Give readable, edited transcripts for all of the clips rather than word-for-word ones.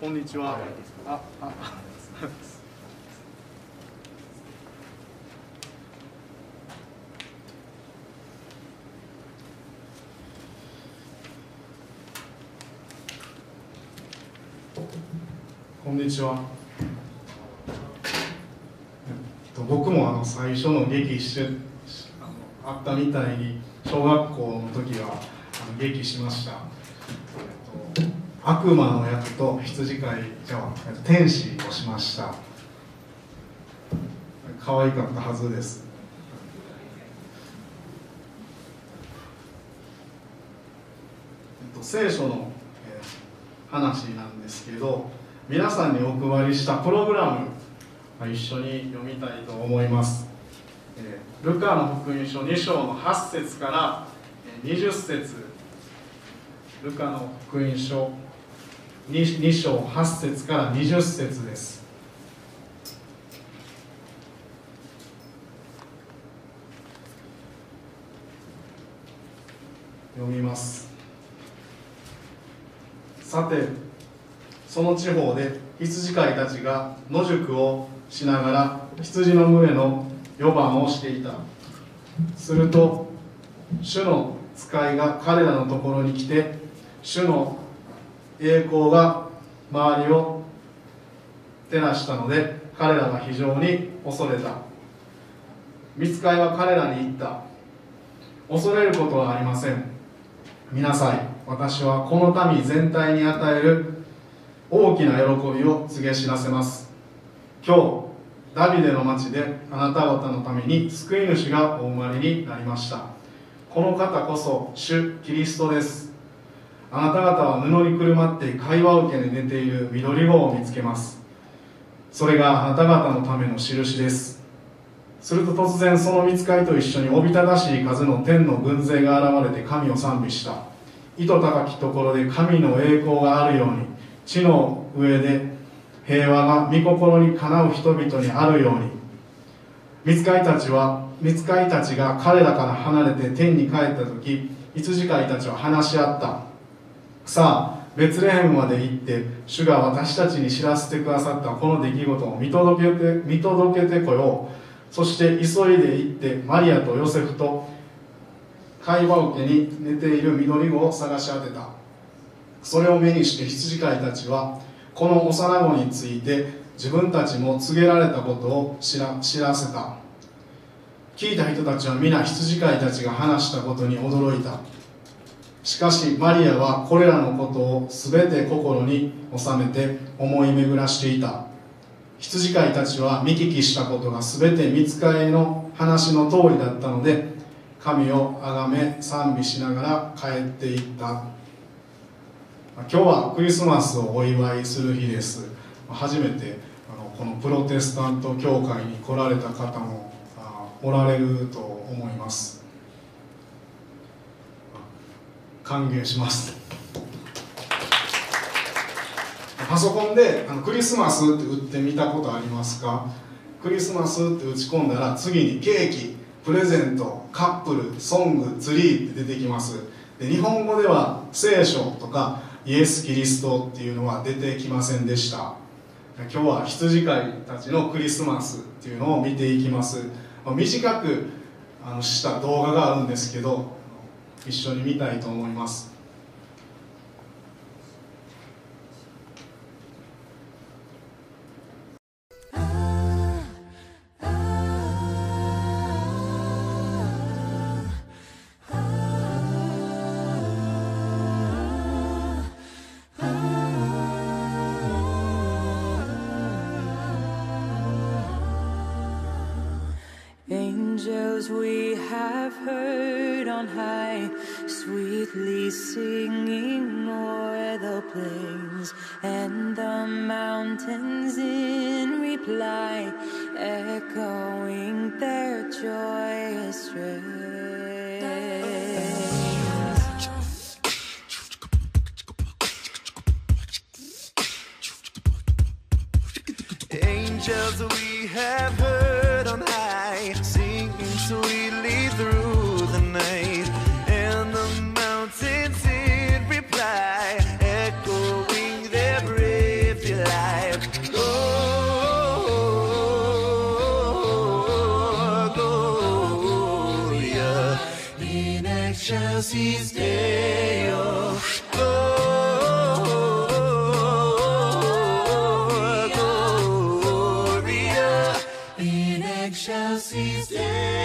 こんにちは。こんにちは。僕も最初の劇あったみたいに小学校の時は劇しました。悪魔の役と羊飼い天使をしました。可愛かったはずです。聖書の話なんですけど、皆さんにお配りしたプログラム一緒に読みたいと思います。ルカの福音書2章の8節から20節、ルカの福音書2章8節から20節です。読みます。さて、その地方で羊飼いたちが野宿をしながら羊の群れの予番をしていた。すると主の使いが彼らのところに来て、主の栄光が周りを照らしたので、彼らは非常に恐れた。御使いは彼らに言った。恐れることはありません。見なさい。私はこの民全体に与える大きな喜びを告げ知らせます。今日ダビデの町であなた方のために救い主がお生まれになりました。この方こそ主キリストです。あなた方は布にくるまって会話受けで寝ている緑子を見つけます。それがあなた方のための印です。すると突然その御使いと一緒におびただしい数の天の軍勢が現れて神を賛美した。意図高きところで神の栄光があるように、地の上で平和が御心にかなう人々にあるように。御使いたちが彼らから離れて天に帰った時、羊飼いたちは話し合った。さあベツレヘムまで行って、主が私たちに知らせてくださったこの出来事を見届けてこよう。そして急いで行ってマリアとヨセフと会話受けに寝ている緑子を探し当てた。それを目にして羊飼いたちはこの幼子について自分たちも告げられたことを知らせた。聞いた人たちは皆羊飼いたちが話したことに驚いた。しかしマリアはこれらのことをすべて心に収めて思い巡らしていた。羊飼いたちは見聞きしたことがすべて御使いの話の通りだったので、神をあがめ賛美しながら帰っていった。今日はクリスマスをお祝いする日です。初めてこのプロテスタント教会に来られた方もおられると思います。歓迎します。パソコンでクリスマスって打ってみたことありますか？クリスマスって打ち込んだら次にケーキ、プレゼント、カップル、ソング、ツリーって出てきます。で日本語では聖書とかイエス・キリストっていうのは出てきませんでした。今日は羊飼いたちのクリスマスっていうのを見ていきます。短くした動画があるんですけど、一緒に見たいと思います。 Angels we have heard on high, sweetly singing o'er the plains, and the mountains in reply, echoing their joyous strains. Angels we have heard on high, singing sweetly through the night, and the mountains in reply, echoing their brave excelsis Deo. Gloria in excelsis Deo.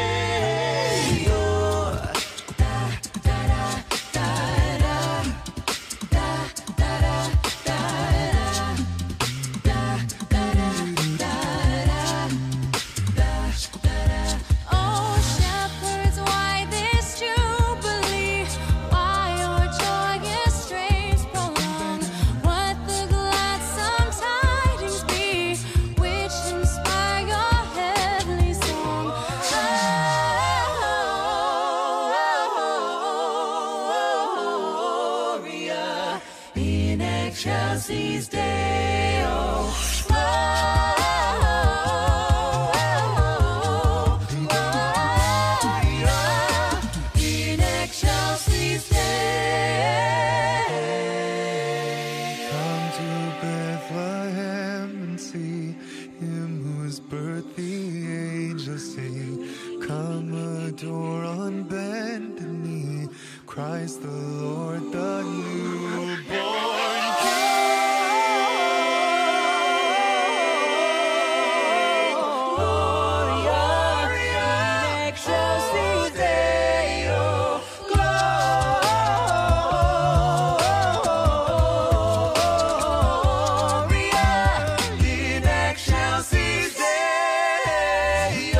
Excelsis Deo. In excelsis Deo. Come to Bethlehem and see him who is birthed, the angels sing. Come adore on bended knee, Christ the Lord, the newborn King. Gloria in excelsis Deo. Gloria in excelsis Deo.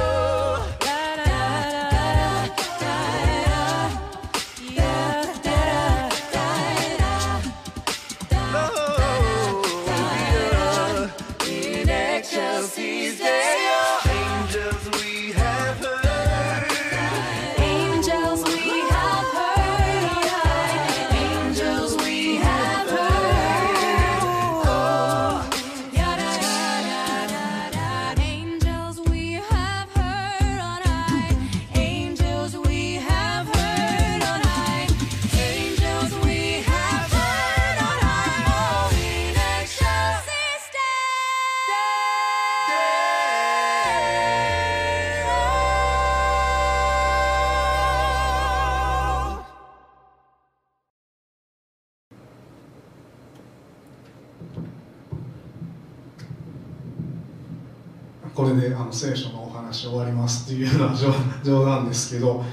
In excelsis Deo. Angels we have heard. Angels we have heard. Angels we have heard. Oh, yada yada yada. Angels we have heard on high. Angels we have heard on high. Angels we have heard on high. Oh, in excelsis Deo. これで聖書のお話終わりますっていうような冗談ですけど、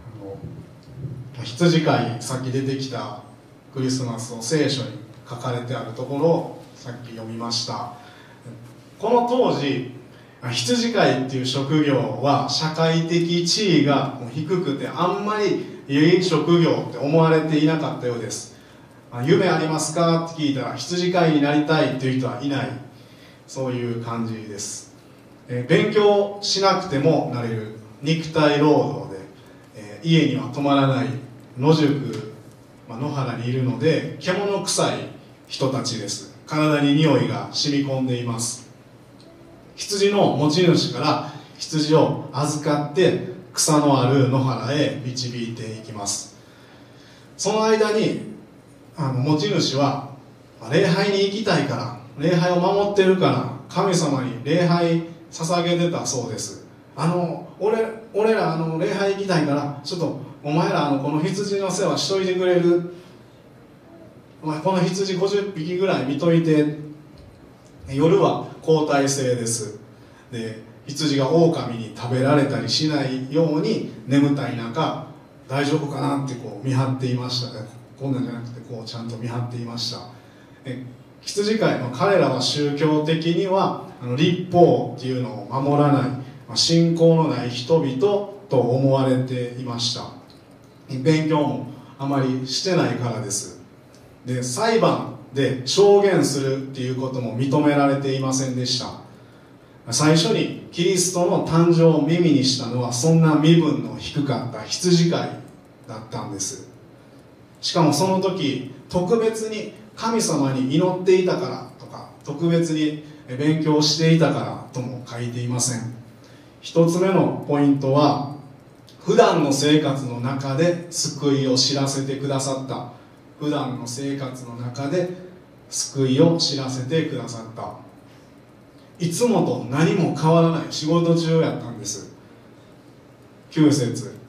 羊飼い、さっき出てきたクリスマスを聖書に書かれてあるところをさっき読みました。この当時、羊飼いっていう職業は社会的地位が低くて、あんまりいい職業って思われていなかったようです。夢ありますかって聞いたら、羊飼いになりたいっていう人はいない、そういう感じです。勉強しなくてもなれる肉体労働で、家には泊まらない野宿、野原にいるので獣臭い人たちです。体に匂いが染み込んでいます。羊の持ち主から羊を預かって草のある野原へ導いていきます。その間に持ち主は礼拝に行きたいから、礼拝を守ってるから神様に礼拝捧げてたそうです。俺ら礼拝行きたいから、ちょっとお前らこの羊の世話しといてくれる、お前この羊50匹ぐらい見といて。夜は交代制です。で、羊が狼に食べられたりしないように眠たい中、大丈夫かなってこう見張っていました。こんなんじゃなくてこうちゃんと見張っていました。羊飼いの彼らは宗教的には律法っていうのを守らない、信仰のない人々と思われていました。勉強もあまりしてないからです。で、裁判で証言するっていうことも認められていませんでした。最初にキリストの誕生を耳にしたのは、そんな身分の低かった羊飼いだったんです。しかもその時、特別に神様に祈っていたからとか、特別に勉強していたからとも書いていません。一つ目のポイントは、普段の生活の中で救いを知らせてくださった。普段の生活の中で救いを知らせてくださった。いつもと何も変わらない仕事中やったんです。9節、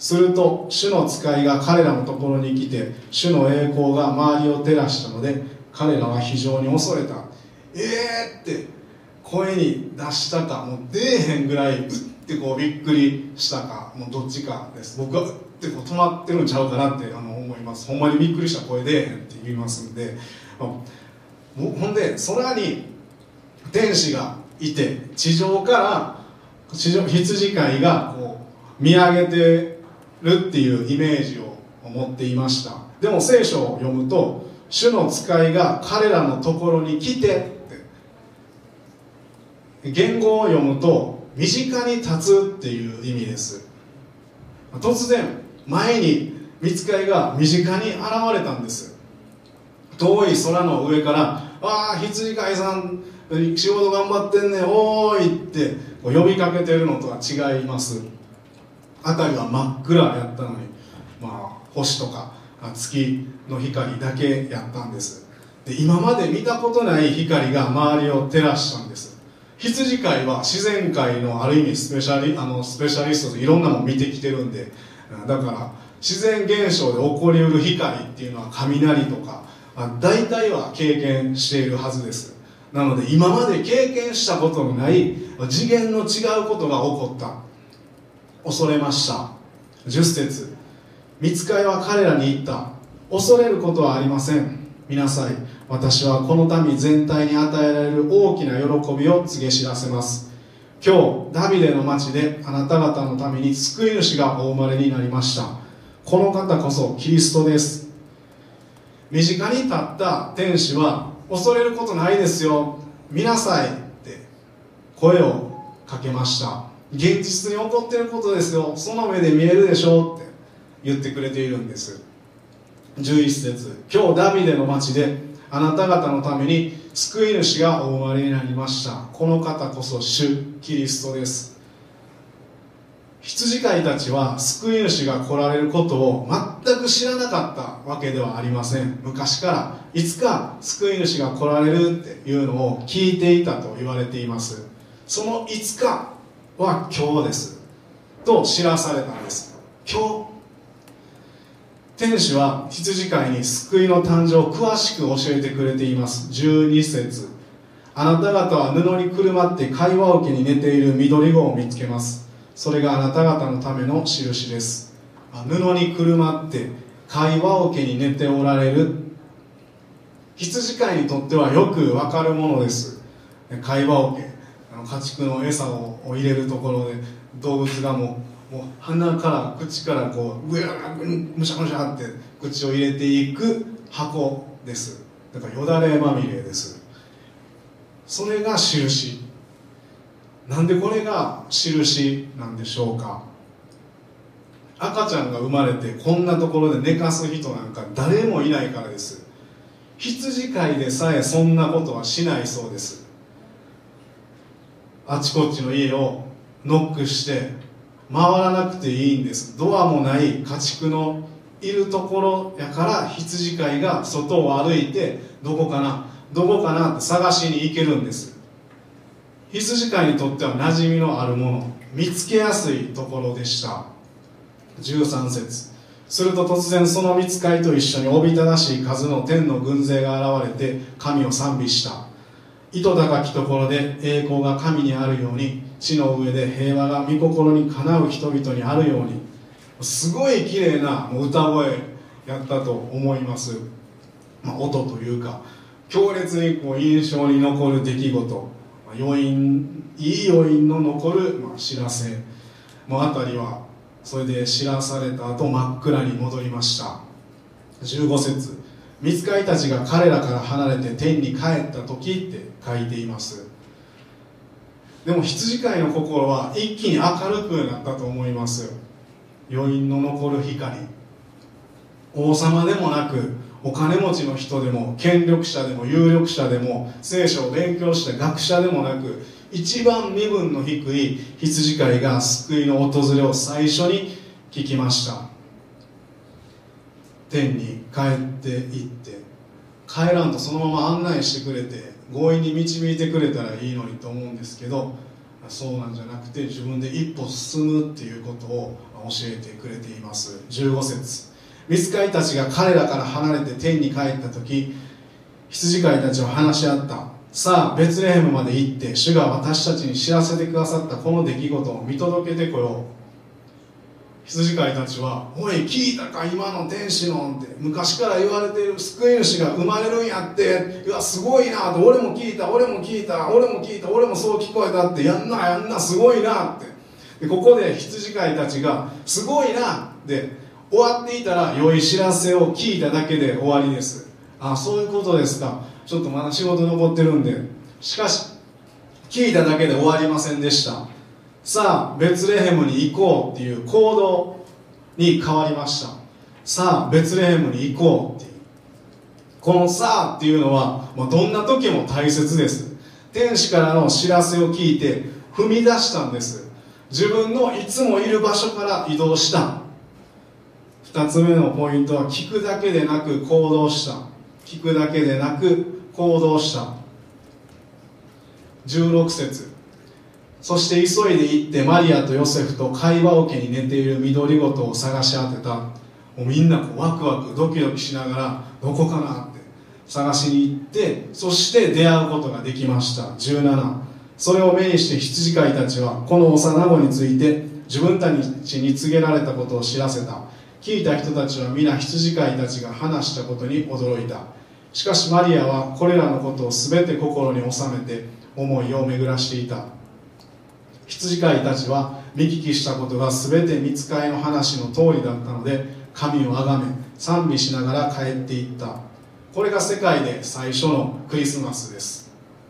すると主の使いが彼らのところに来て、主の栄光が周りを照らしたので、彼らは非常に恐れた。って声に出したか、もう出えへんぐらいってこうびっくりしたか、もうどっちかです。僕はってこう止まってるんちゃうかなって思います。ほんまにびっくりした声出えへんって言いますんで、ほんで空に天使がいて、地上から羊飼いがこう見上げてるっていうイメージを持っていました。でも聖書を読むと、主の使いが彼らのところに来てって、言語を読むと身近に立つっていう意味です。突然前に御使いが身近に現れたんです。遠い空の上から「ああ羊飼いさん仕事頑張ってんね、おーい」って呼びかけてるのとは違います。辺りは真っ暗やったのに、星とか月の光だけやったんです。で、今まで見たことない光が周りを照らしたんです。羊飼いは自然界のある意味スペシャリストでいろんなもの見てきてるんで、だから自然現象で起こりうる光っていうのは雷とか大体は経験しているはずです。なので今まで経験したことのない次元の違うことが起こった。恐れました。10節、御使いは彼らに言った。恐れることはありません。見なさい。私はこの民全体に与えられる大きな喜びを告げ知らせます。今日ダビデの町であなた方のために救い主がお生まれになりました。この方こそキリストです。身近に立った天使は、恐れることないですよ、見なさいって声をかけました。現実に起こっていることですよ、その目で見えるでしょうって言ってくれているんです。11節、今日ダビデの町であなた方のために救い主がお生まれになりました。この方こそ主キリストです。羊飼いたちは救い主が来られることを全く知らなかったわけではありません。昔からいつか救い主が来られるっていうのを聞いていたと言われています。そのいつかは今日ですと知らされたんです。今日天使は羊飼いに救いの誕生を詳しく教えてくれています。12節、あなた方は布にくるまって貝羽桶に寝ている緑子を見つけます。それがあなた方のための印です。布にくるまって貝羽桶に寝ておられる。羊飼いにとってはよくわかるものです。貝羽桶、家畜の餌を入れるところで動物がもう鼻から口からこうむしゃむしゃって口を入れていく箱です。だからよだれまみれです。それが印。なんでこれが印なんでしょうか。赤ちゃんが生まれてこんなところで寝かす人なんか誰もいないからです。羊飼いでさえそんなことはしないそうです。あちこちの家をノックして回らなくていいんです。ドアもない家畜のいるところやから、羊飼いが外を歩いてどこかなって探しに行けるんです。羊飼いにとっては馴染みのあるもの、見つけやすいところでした。13節、すると突然その御使いと一緒におびただしい数の天の軍勢が現れて神を賛美した。糸高きところで栄光が神にあるように、地の上で平和が御心にかなう人々にあるように。すごい綺麗な歌声やったと思います。音というか強烈に印象に残る出来事、いい余韻の残る知らせあたりは、それで知らされた後真っ暗に戻りました。15節、御使いたちが彼らから離れて天に帰った時って書いています。でも羊飼いの心は一気に明るくなったと思います。余韻の残る光。王様でもなくお金持ちの人でも権力者でも有力者でも聖書を勉強した学者でもなく、一番身分の低い羊飼いが救いの訪れを最初に聞きました。天に帰っていって、帰らんとそのまま案内してくれて強引に導いてくれたらいいのにと思うんですけど、そうなんじゃなくて自分で一歩進むっていうことを教えてくれています。15節、御使いたちが彼らから離れて天に帰った時、羊飼いたちは話し合った。さあベツレヘムまで行って主が私たちに知らせてくださったこの出来事を見届けてこよう。羊飼いたちは、おい聞いたか今の天使のって昔から言われている救い主が生まれるんやって、いやすごいなって、俺も聞いた俺もそう聞こえたって、やんなすごいなって。でここで羊飼いたちがすごいなって終わっていたら、良い知らせを聞いただけで終わりです。あ、そういうことですか。ちょっとまだ仕事残ってるんで。しかし聞いただけで終わりませんでした。さあベツレヘムに行こうっていう行動に変わりました。さあベツレヘムに行こうっていうこのさあっていうのは、どんな時も大切です。天使からの知らせを聞いて踏み出したんです。自分のいつもいる場所から移動した。2つ目のポイントは、聞くだけでなく行動した。聞くだけでなく行動した。16節、そして急いで行ってマリアとヨセフと会話桶に寝ている緑ごとを探し当てた。もうみんなワクワクドキドキしながら、どこかなって探しに行って、そして出会うことができました。17、それを目にして羊飼いたちはこの幼子について自分たちに告げられたことを知らせた。聞いた人たちは皆羊飼いたちが話したことに驚いた。しかしマリアはこれらのことを全て心に収めて思いを巡らしていた。羊飼いたちは見聞きしたことが全て御使いの話の通りだったので、神をあがめ賛美しながら帰っていった。これが世界で最初のクリスマスです。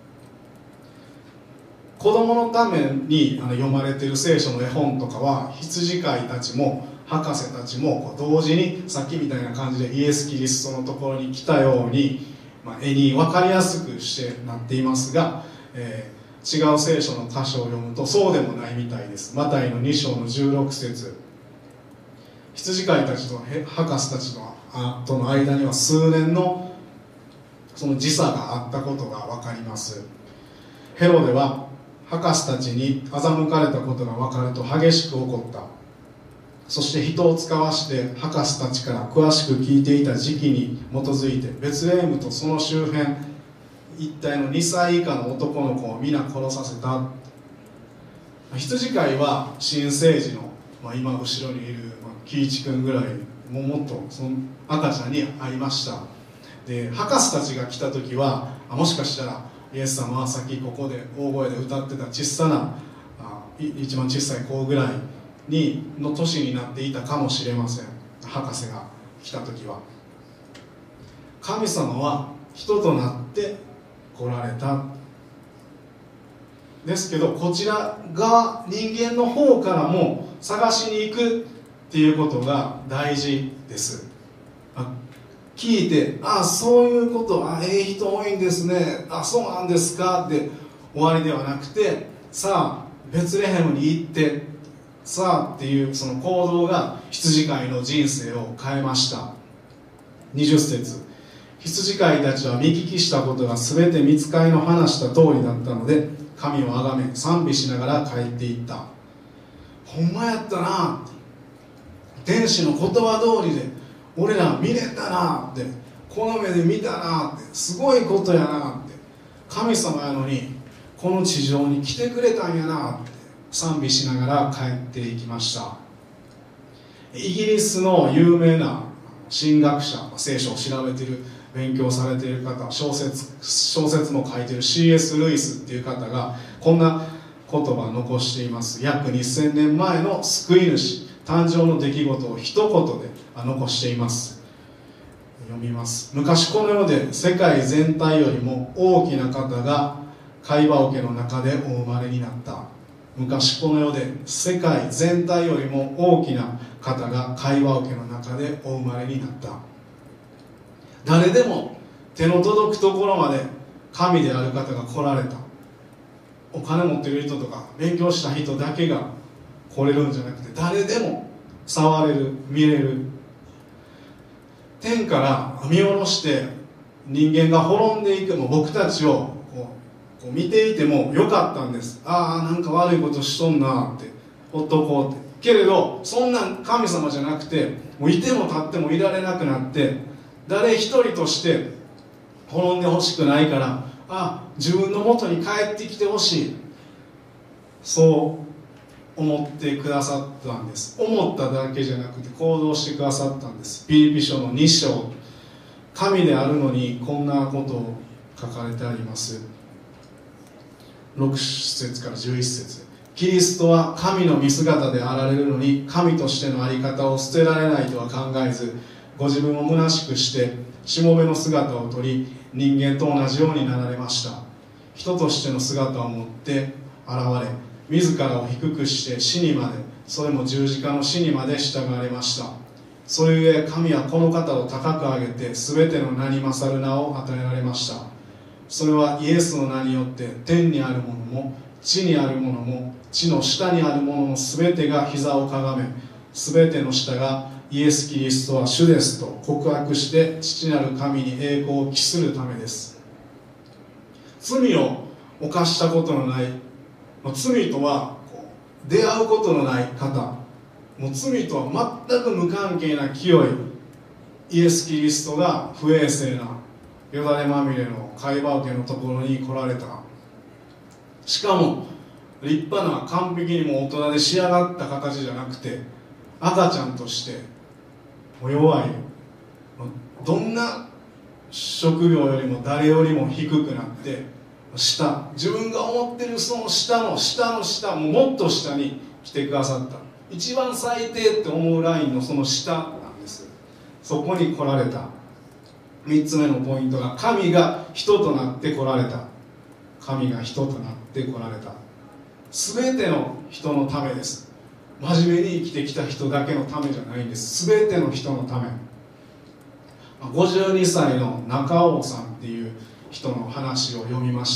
子供のために読まれている聖書の絵本とかは、羊飼いたちも博士たちも同時にさっきみたいな感じでイエス・キリストのところに来たように、絵に分かりやすくしてなっていますが、違う聖書の箇所を読むとそうでもないみたいです。マタイの2章の16節、羊飼いたちと博士たちとの間には数年のその時差があったことが分かります。ヘロデは博士たちに欺かれたことが分かると激しく怒った。そして人を使わして博士たちから詳しく聞いていた時期に基づいて、ベツレヘムとその周辺一帯の2歳以下の男の子を皆殺させた。羊飼いは新生児の、今後ろにいる喜一君ぐらい、もっとその赤ちゃんに会いました。で博士たちが来た時は、もしかしたらイエス様はさっきここで大声で歌ってた小さな一番小さい子ぐらいの年になっていたかもしれません。博士が来た時は。神様は人となって来られた。ですけど、こちら側人間の方からも探しに行くっていうことが大事です。聞いて、そういうこと、人多いんですね、そうなんですかって終わりではなくて、さあベツレヘムに行ってさあっていうその行動が羊飼いの人生を変えました。20節、羊飼いたちは見聞きしたことが全て御使いの話した通りだったので、神をあがめ賛美しながら帰っていった。ほんまやったな、天使の言葉通りで俺ら見れたなって、この目で見たなって、すごいことやなって、神様やのにこの地上に来てくれたんやなって賛美しながら帰っていきました。イギリスの有名な神学者、聖書を調べている、勉強されている方、小説も書いている C.S. ルイスっていう方がこんな言葉を残しています。約2000年前の救い主誕生の出来事を一言で残しています。読みます。昔この世で世界全体よりも大きな方が貝羽桶の中でお生まれになった。昔この世で世界全体よりも大きな方が貝羽桶の中でお生まれになった。誰でも手の届くところまで神である方が来られた。お金持っている人とか勉強した人だけが来れるんじゃなくて、誰でも触れる、見れる。天から見下ろして人間が滅んでいくも僕たちをこう見ていてもよかったんです。なんか悪いことしとんなってほっとこうってけれどそんなん神様じゃなくて、もういても立ってもいられなくなって、誰一人として滅んでほしくないから、自分の元に帰ってきてほしい、そう思ってくださったんです。思っただけじゃなくて行動してくださったんです。ピリピ書の2章、神であるのにこんなことを書かれてあります。6節から11節、キリストは神の見姿であられるのに、神としての在り方を捨てられないとは考えず、ご自分を虚しくしてしもべの姿をとり、人間と同じようになられました。人としての姿を持って現れ、自らを低くして死にまで、それも十字架の死にまで従われました。それゆえ神はこの方を高く上げて、すべての名に勝る名を与えられました。それはイエスの名によって、天にあるものも地にあるものも地の下にあるもののすべてが膝をかがめ、すべての下がイエス・キリストは主ですと告白して、父なる神に栄光を期するためです。罪を犯したことのない、罪とは出会うことのない方、もう罪とは全く無関係な清いイエス・キリストが不衛生なよだれまみれの海馬桶のところに来られた。しかも立派な完璧にも大人で仕上がった形じゃなくて、赤ちゃんとして弱い、どんな職業よりも誰よりも低くなって、下、自分が思ってるその下の下の下、もっと下に来てくださった。一番最低って思うラインのその下なんです。そこに来られた。3つ目のポイントが、神が人となって来られた。神が人となって来られた。全ての人のためです。真面目に生きてきた人だけのためじゃないんです。全ての人のため。52歳の中尾さんっていう人の話を読みました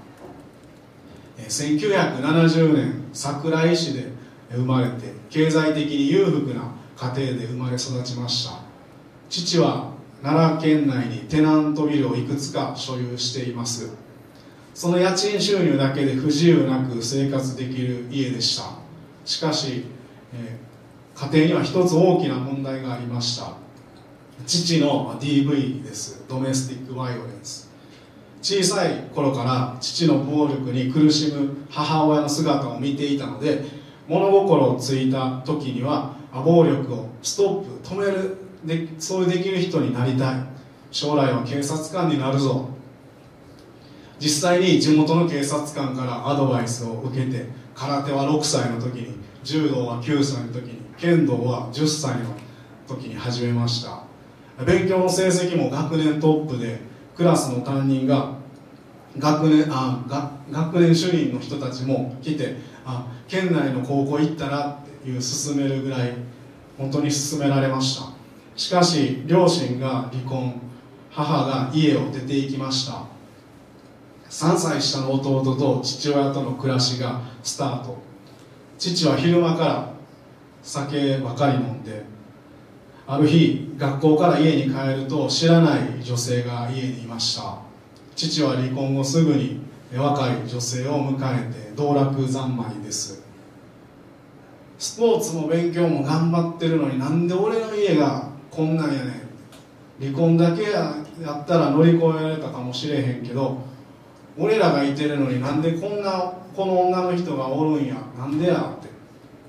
。1970年桜井市で生まれて、経済的に裕福な家庭で生まれ育ちました。父は奈良県内にテナントビルをいくつか所有しています。その家賃収入だけで不自由なく生活できる家でした。しかし、家庭には一つ大きな問題がありました。父の DV です。ドメスティックバイオレンス。小さい頃から父の暴力に苦しむ母親の姿を見ていたので、物心をついた時には暴力をストップ、止める、そうできる人になりたい、将来は警察官になるぞ。実際に地元の警察官からアドバイスを受けて、空手は6歳の時に、柔道は9歳の時に、剣道は10歳の時に始めました。勉強の成績も学年トップで、クラスの担任が学年主任の人たちも来て、県内の高校行ったらっていう勧めるぐらい本当に勧められました。しかし両親が離婚、母が家を出て行きました。3歳下の弟と父親との暮らしがスタート。父は昼間から酒ばかり飲んで、ある日学校から家に帰ると知らない女性が家にいました。父は離婚後すぐに若い女性を迎えて道楽三昧です。スポーツも勉強も頑張ってるのに、なんで俺の家がこんなんやねん。離婚だけやったら乗り越えられたかもしれへんけど、俺らがいてるのになんでこの女の人がおるんや、なんでやって、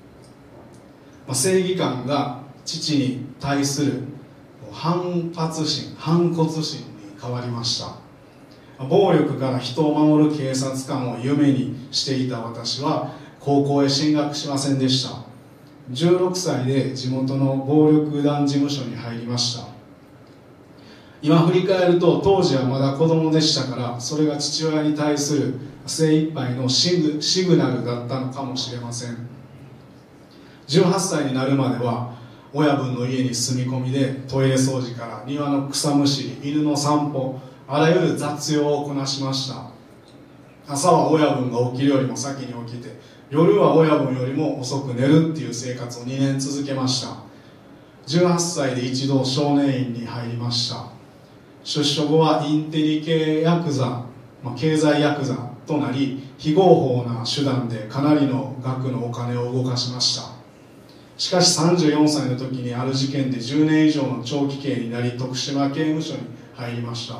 正義感が父に対する反骨心に変わりました。暴力から人を守る警察官を夢にしていた私は高校へ進学しませんでした。16歳で地元の暴力団事務所に入りました。今振り返ると、当時はまだ子供でしたから、それが父親に対する精一杯のシグナルだったのかもしれません。18歳になるまでは親分の家に住み込みで、トイレ掃除から庭の草むしり、犬の散歩、あらゆる雑用をこなしました。朝は親分が起きるよりも先に起きて、夜は親分よりも遅く寝るっていう生活を2年続けました。18歳で一度少年院に入りました。出所後はインテリ系ヤクザ、経済ヤクザとなり、非合法な手段でかなりの額のお金を動かしました。 しかし34歳の時にある事件で10年以上の長期刑になり徳島刑務所に入りました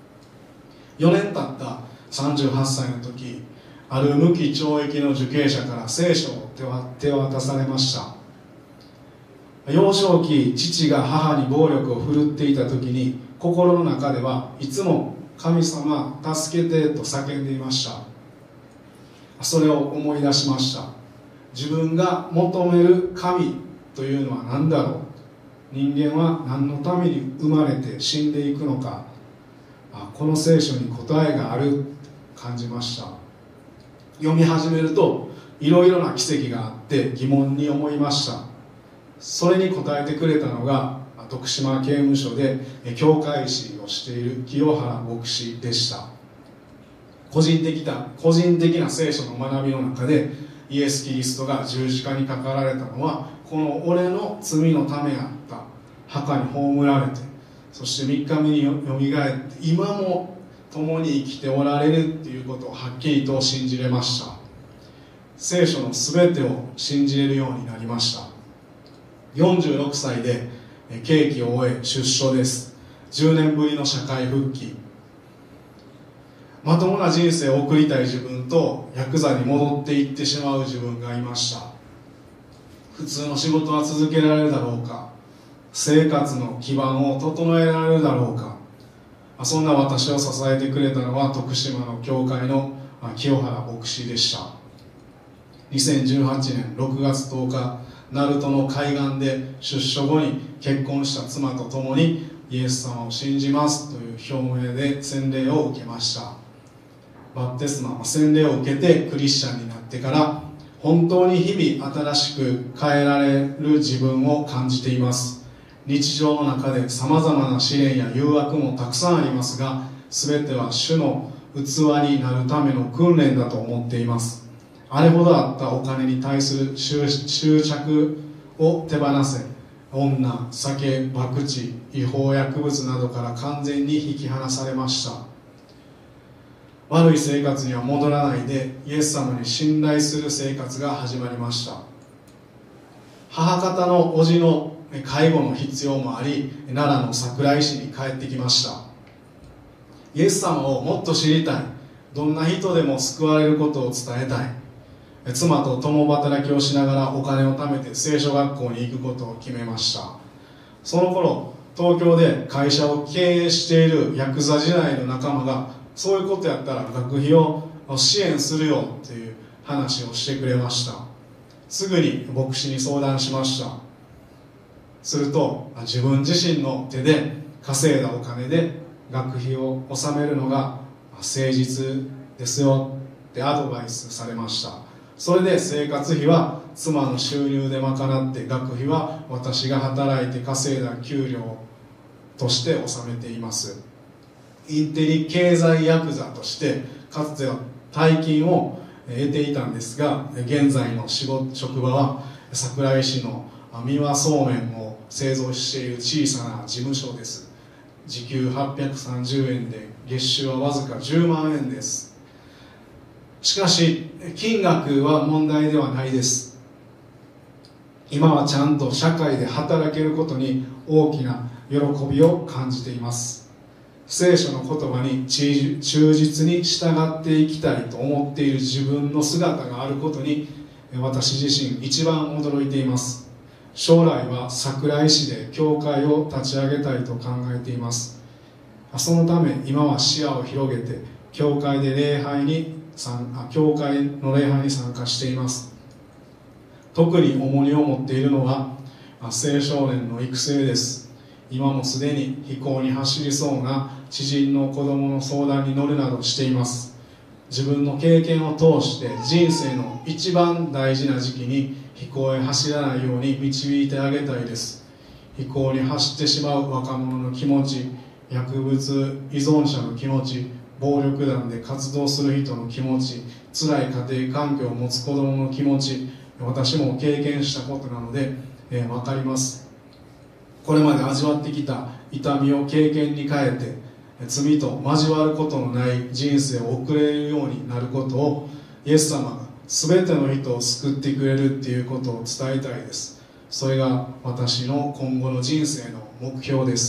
。4年経った38歳の時、ある無期懲役の受刑者から聖書を手渡されました。幼少期、父が母に暴力を振るっていた時に心の中ではいつも神様助けてと叫んでいました。それを思い出しました。自分が求める神というのは何だろう、人間は何のために生まれて死んでいくのか、この聖書に答えがあると感じました。読み始めるといろいろな奇跡があって疑問に思いました。それに答えてくれたのが徳島刑務所で教会士をしている清原牧師でした。個人的な聖書の学びの中でイエス・キリストが十字架にかかられたのはこの俺の罪のためやった。墓に葬られて、そして3日目によみがえって今も共に生きておられるっていうことをはっきりと信じれました。聖書のすべてを信じれるようになりました。46歳で刑期を終え出所です。10年ぶりの社会復帰。まともな人生を送りたい自分とヤクザに戻っていってしまう自分がいました。普通の仕事は続けられるだろうか、生活の基盤を整えられるだろうか。そんな私を支えてくれたのは徳島の教会の清原牧師でした。2018年6月10日、鳴門の海岸で出所後に結婚した妻と共にイエス様を信じますという表明で洗礼を受けました。バプテスマ、洗礼を受けてクリスチャンになってから本当に日々新しく変えられる自分を感じています。日常の中でさまざまな試練や誘惑もたくさんありますが、全ては主の器になるための訓練だと思っています。あれほどあったお金に対する執着を手放せ、女、酒、博打、違法薬物などから完全に引き離されました。悪い生活には戻らないでイエス様に信頼する生活が始まりました。母方の叔父の介護の必要もあり、奈良の桜井市に帰ってきました。イエス様をもっと知りたい、どんな人でも救われることを伝えたい。妻と共働きをしながらお金を貯めて聖書学校に行くことを決めました。その頃東京で会社を経営しているヤクザ時代の仲間が、そういうことやったら学費を支援するよという話をしてくれました。すぐに牧師に相談しました。すると自分自身の手で稼いだお金で学費を納めるのが誠実ですよってアドバイスされました。それで生活費は妻の収入で賄って、学費は私が働いて稼いだ給料として納めています。インテリ経済ヤクザとしてかつては大金を得ていたんですが、現在の職場は桜井市の三輪そうめんを製造している小さな事務所です。時給830円で月収はわずか10万円です。しかし金額は問題ではないです。今はちゃんと社会で働けることに大きな喜びを感じています。聖書の言葉に忠実に従っていきたいと思っている自分の姿があることに私自身一番驚いています。将来は桜井市で教会を立ち上げたいと考えています。そのため今は視野を広げて教会の礼拝に参加しています。特に重荷を持っているのは青少年の育成です。今もすでに非行に走りそうな知人の子供の相談に乗るなどしています。自分の経験を通して人生の一番大事な時期に非行へ走らないように導いてあげたいです。非行に走ってしまう若者の気持ち、薬物依存者の気持ち、暴力団で活動する人の気持ち、辛い家庭環境を持つ子供の気持ち、私も経験したことなので、分かります。これまで味わってきた痛みを経験に変えて罪と交わることのない人生を送れるようになることを、イエス様が全ての人を救ってくれるっていうことを伝えたいです。 それが私の今後の人生の目標です。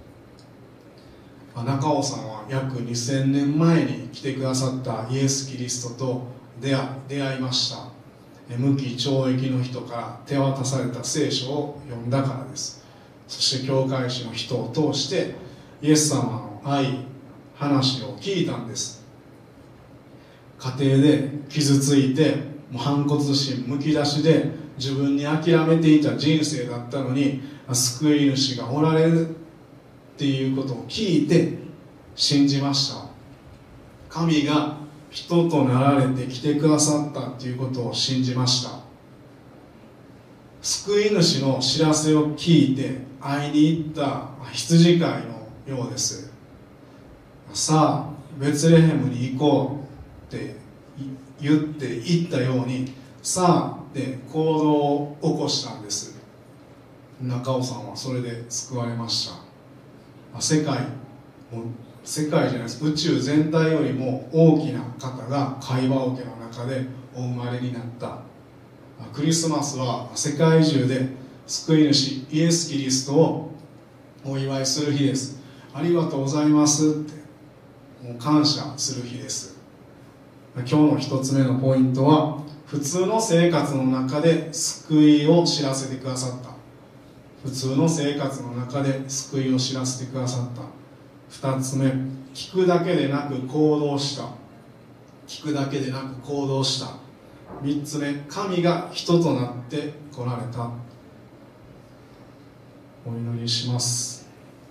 中尾さんは約2000年前に来てくださったイエス・キリストと出会いました。無期懲役の人から手渡された聖書を読んだからです。そして教会史の人を通してイエス様の話を聞いたんです。家庭で傷ついてもう反骨心むき出しで自分に諦めていた人生だったのに救い主がおられるっていうことを聞いて信じました。神が人となられて来てくださったっていうことを信じました。救い主の知らせを聞いて会いに行った羊飼いのようです。さあベツレヘムに行こうって言って行ったようにさあで行動を起こしたんです。中尾さんはそれで救われました。世界じゃないです、宇宙全体よりも大きな方が会話桶の中でお生まれになった。クリスマスは世界中で救い主イエス・キリストをお祝いする日です。ありがとうございますってもう感謝する日です。今日の一つ目のポイントは普通の生活の中で救いを知らせてくださった。普通の生活の中で救いを知らせてくださった。2つ目、聞くだけでなく行動した。聞くだけでなく行動した。3つ目、神が人となって来られた。お祈りします。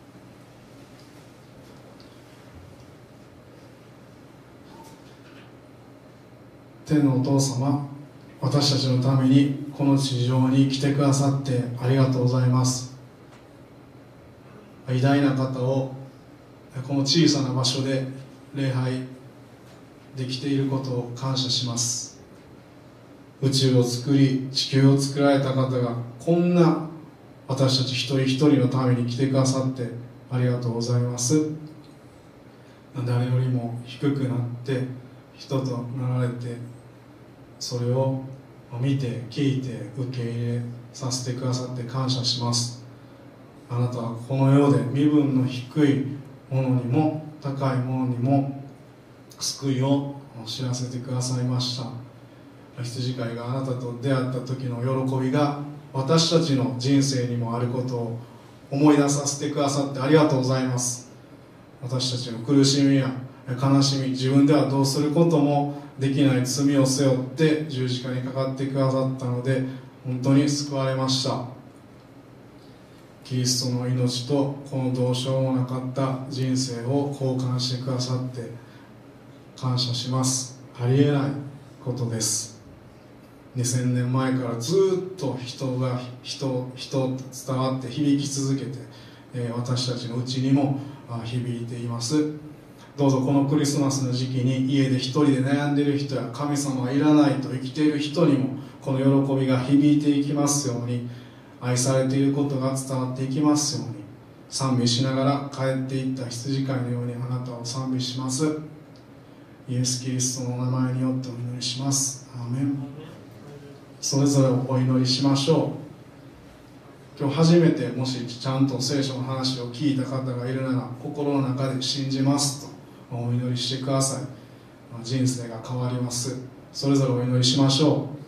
天のお父様、私たちのためにこの地上に来てくださってありがとうございます。偉大な方をこの小さな場所で礼拝できていることを感謝します。宇宙を作り地球を作られた方がこんな私たち一人一人のために来てくださってありがとうございます。誰よりも低くなって人となられて、それを見て聞いて受け入れさせてくださって感謝します。あなたはこの世で身分の低いものにも高いものにも救いを知らせてくださいました。羊飼いがあなたと出会った時の喜びが私たちの人生にもあることを思い出させてくださってありがとうございます。私たちの苦しみや悲しみ、自分ではどうすることもできない罪を背負って十字架にかかってくださったので本当に救われました。キリストの命とこのどうしようもなかった人生を交換してくださって感謝します。ありえないことです。2000年前からずっと人伝わって響き続けて、私たちのうちにも響いています。どうぞこのクリスマスの時期に家で一人で悩んでいる人や神様はいらないと生きている人にもこの喜びが響いていきますように、愛されていることが伝わっていきますように、賛美しながら帰っていった羊飼いのようにあなたを賛美します。イエス・キリストの名前によってお祈りします。アーメン。それぞれお祈りしましょう。今日初めてもしちゃんと聖書の話を聞いた方がいるなら心の中で信じますとお祈りしてください。人生が変わります。それぞれお祈りしましょう。